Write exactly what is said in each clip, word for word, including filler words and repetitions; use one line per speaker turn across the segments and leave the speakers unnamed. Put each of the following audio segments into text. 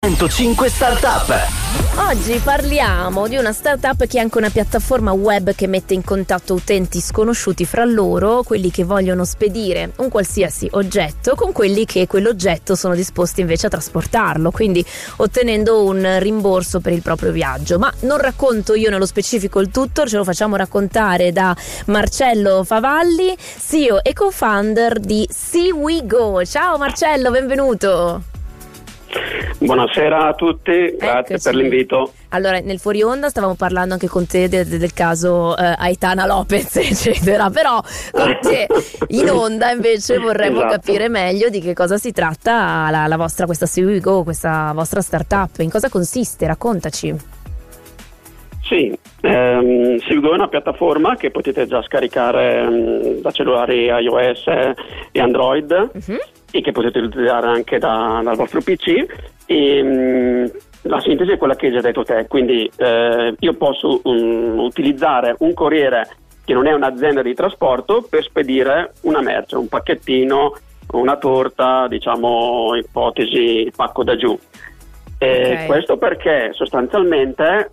centocinque Startup.
Oggi parliamo di una startup che è anche una piattaforma web che mette in contatto utenti sconosciuti fra loro, quelli che vogliono spedire un qualsiasi oggetto con quelli che quell'oggetto sono disposti invece a trasportarlo, quindi ottenendo un rimborso per il proprio viaggio. Ma non racconto io nello specifico il tutto, ce lo facciamo raccontare da Marcello Favalli, C E O e co-founder di SeaWeGo. Ciao Marcello, benvenuto.
Buonasera a tutti, grazie
Eccoci.
per l'invito.
Allora, nel fuori onda stavamo parlando anche con te de- de- del caso eh, Aitana Lopez, eccetera, però con te in onda invece vorremmo
Esatto.
capire meglio di che cosa si tratta la, la vostra, questa SeaWeGo, questa vostra startup, in cosa consiste, raccontaci.
Sì, ehm, SeaWeGo è una piattaforma che potete già scaricare ehm, da cellulari iOS e Android
Uh-huh.
e che potete utilizzare anche da- dal vostro P C. E, mh, la sintesi è quella che hai già detto te, quindi eh, io posso um, utilizzare un corriere che non è un'azienda di trasporto per spedire una merce, un pacchettino, una torta, diciamo ipotesi pacco da giù. Eh,
Ok.
Questo perché sostanzialmente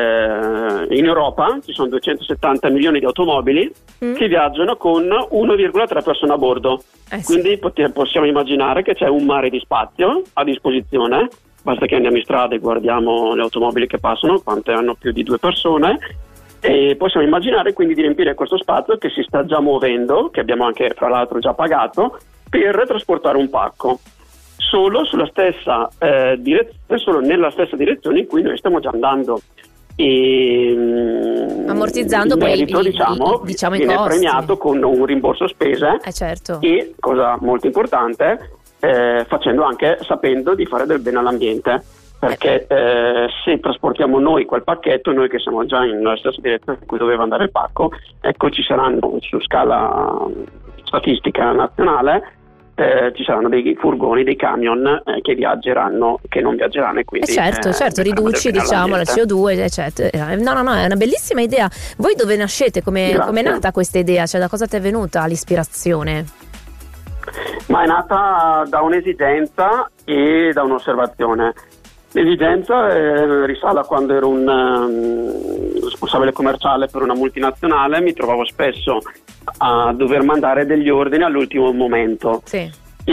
eh, in Europa ci sono duecentosettanta milioni di automobili
Mm.
che viaggiano con uno virgola tre persone a bordo.
Eh sì.
Quindi pote- possiamo immaginare che c'è un mare di spazio a disposizione, basta che andiamo in strada e guardiamo le automobili che passano, quante hanno più di due persone, e possiamo immaginare quindi di riempire questo spazio che si sta già muovendo, che abbiamo anche fra l'altro già pagato, per trasportare un pacco. Solo sulla stessa eh, direzione, solo nella stessa direzione in cui noi stiamo già andando. E, mm,
Ammortizzando
il
poi
merito,
i- i-
diciamo,
i- diciamo i
viene
costi.
premiato con un rimborso spese
Eh certo.
e, cosa molto importante, eh, facendo anche sapendo di fare del bene all'ambiente, perché eh, se trasportiamo noi quel pacchetto, noi che siamo già nella stessa direzione in cui doveva andare il pacco, ecco, ci saranno su scala statistica nazionale eh, ci saranno dei furgoni, dei camion eh, che viaggeranno, che non viaggeranno, e
Eh
quindi
certo,
eh,
certo,
faranno del
riduci
bene
diciamo la
all'ambiente.
C O due, eccetera. No, no, no, è una bellissima idea. Voi dove nascete? Come
Grazie.
come è nata questa idea? Cioè da cosa ti è venuta l'ispirazione?
Ma è nata da un'esigenza e da un'osservazione. L'esigenza eh, risale a quando ero un um, responsabile commerciale per una multinazionale, mi trovavo spesso a dover mandare degli ordini all'ultimo momento.
Sì.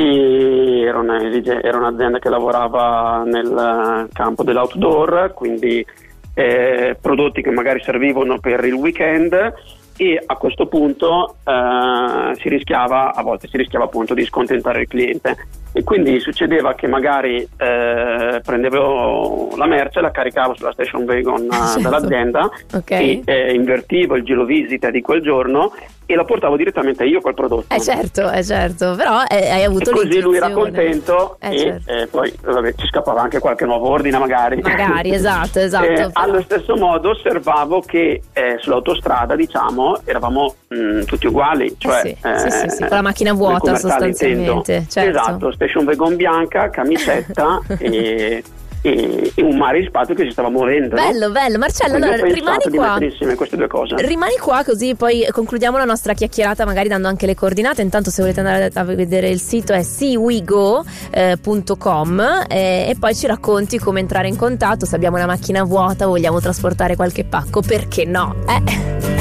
E era, una, esige- era un'azienda che lavorava nel campo dell'outdoor, quindi eh, prodotti che magari servivano per il weekend, e a questo punto eh, si rischiava, a volte si rischiava appunto di scontentare il cliente, e quindi succedeva che magari eh, prendevo la merce, la caricavo sulla station wagon eh,
Certo.
dell'azienda
Ok.
e eh, invertivo il giro visita di quel giorno e la portavo direttamente io col prodotto.
Eh certo, eh certo, però eh, hai avuto
E così lui era
l'intuizione.
contento
Eh,
e
certo.
eh, poi vabbè, ci scappava anche qualche nuovo ordine magari.
Magari, esatto, esatto.
Eh,
però-
allo stesso modo osservavo che eh, sull'autostrada, diciamo, eravamo mh, tutti uguali, cioè
sì, sì, sì, sì, con la macchina
nel
vuota
commerciale
sostanzialmente,
intendo.
certo.
Esatto, station wagon bianca, camicetta e, e, e un mare di spazio che si stava muovendo. no?
Bello, bello. Marcello,
Quindi
allora
ho
rimani
pensato di
qua.
mettere insieme queste due cose.
Rimani qua così poi concludiamo la nostra chiacchierata magari dando anche le coordinate. Intanto se volete andare a vedere il sito è seawego punto com eh, e poi ci racconti come entrare in contatto, se abbiamo una macchina vuota o vogliamo trasportare qualche pacco, perché no? Eh?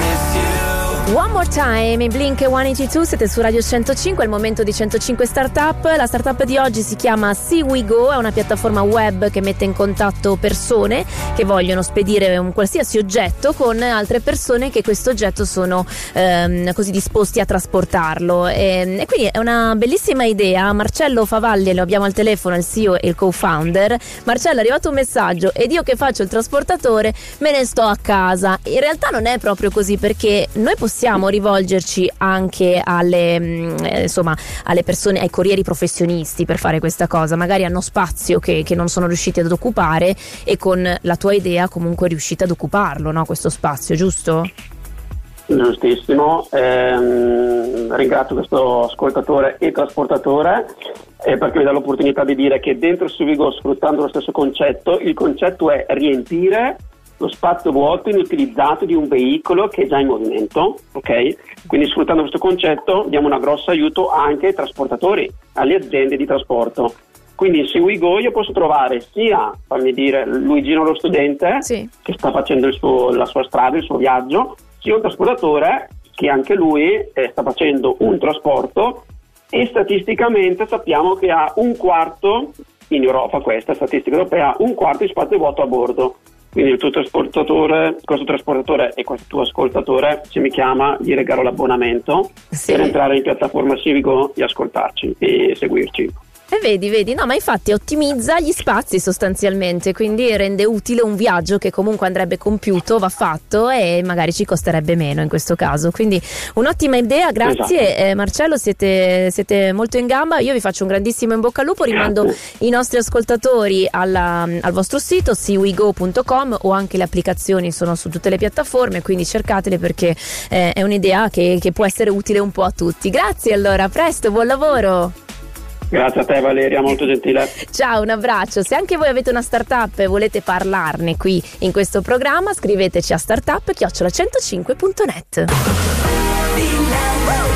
One More Time in Blink centottantadue, siete su Radio centocinque, è il momento di centocinque Startup. La startup di oggi si chiama SeaWeGo, è una piattaforma web che mette in contatto persone che vogliono spedire un qualsiasi oggetto con altre persone che questo oggetto sono ehm, così disposti a trasportarlo, e, e quindi è una bellissima idea. Marcello Favalli lo abbiamo al telefono, il C E O e il co-founder. Marcello, è arrivato un messaggio ed io che faccio il trasportatore me ne sto a casa. In realtà non è proprio così, perché noi possiamo possiamo rivolgerci anche alle, mh, eh, insomma, alle persone, ai corrieri professionisti per fare questa cosa. Magari hanno spazio che, che non sono riusciti ad occupare e con la tua idea comunque riuscite ad occuparlo, no? Questo spazio, giusto?
Giustissimo, ehm, ringrazio questo ascoltatore e trasportatore eh, perché mi dà l'opportunità di dire che dentro SeaWeGo, sfruttando lo stesso concetto, il concetto è riempire lo spazio vuoto inutilizzato di un veicolo che è già in movimento, ok? Quindi sfruttando questo concetto diamo un grosso aiuto anche ai trasportatori, alle aziende di trasporto. Quindi in SeaWeGo io posso trovare sia, fammi dire, Luigino lo studente,
sì,
che sta facendo il suo, la sua strada, il suo viaggio, sia un trasportatore che anche lui eh, sta facendo un trasporto, e statisticamente sappiamo che ha un quarto, in Europa questa statistica europea, un quarto di spazio vuoto a bordo. Quindi il tuo trasportatore, questo trasportatore e questo tuo ascoltatore, se mi chiama, gli regalo l'abbonamento, sì, per entrare in piattaforma SeaWeGo e ascoltarci e seguirci.
E vedi, vedi, no, ma infatti ottimizza gli spazi sostanzialmente, quindi rende utile un viaggio che comunque andrebbe compiuto, va fatto e magari ci costerebbe meno in questo caso. Quindi un'ottima idea, grazie. Esatto. eh, Marcello, siete, siete molto in gamba, io vi faccio un grandissimo in bocca al lupo, rimando grazie. I nostri ascoltatori alla, al vostro sito SeaWeGo punto com, o anche le applicazioni sono su tutte le piattaforme, quindi cercatele perché eh, è un'idea che, che può essere utile un po' a tutti. Grazie, allora, a presto, buon lavoro.
Grazie a te Valeria, molto gentile.
Ciao, un abbraccio. Se anche voi avete una startup e volete parlarne qui in questo programma, scriveteci a startup chiocciola centocinque punto net.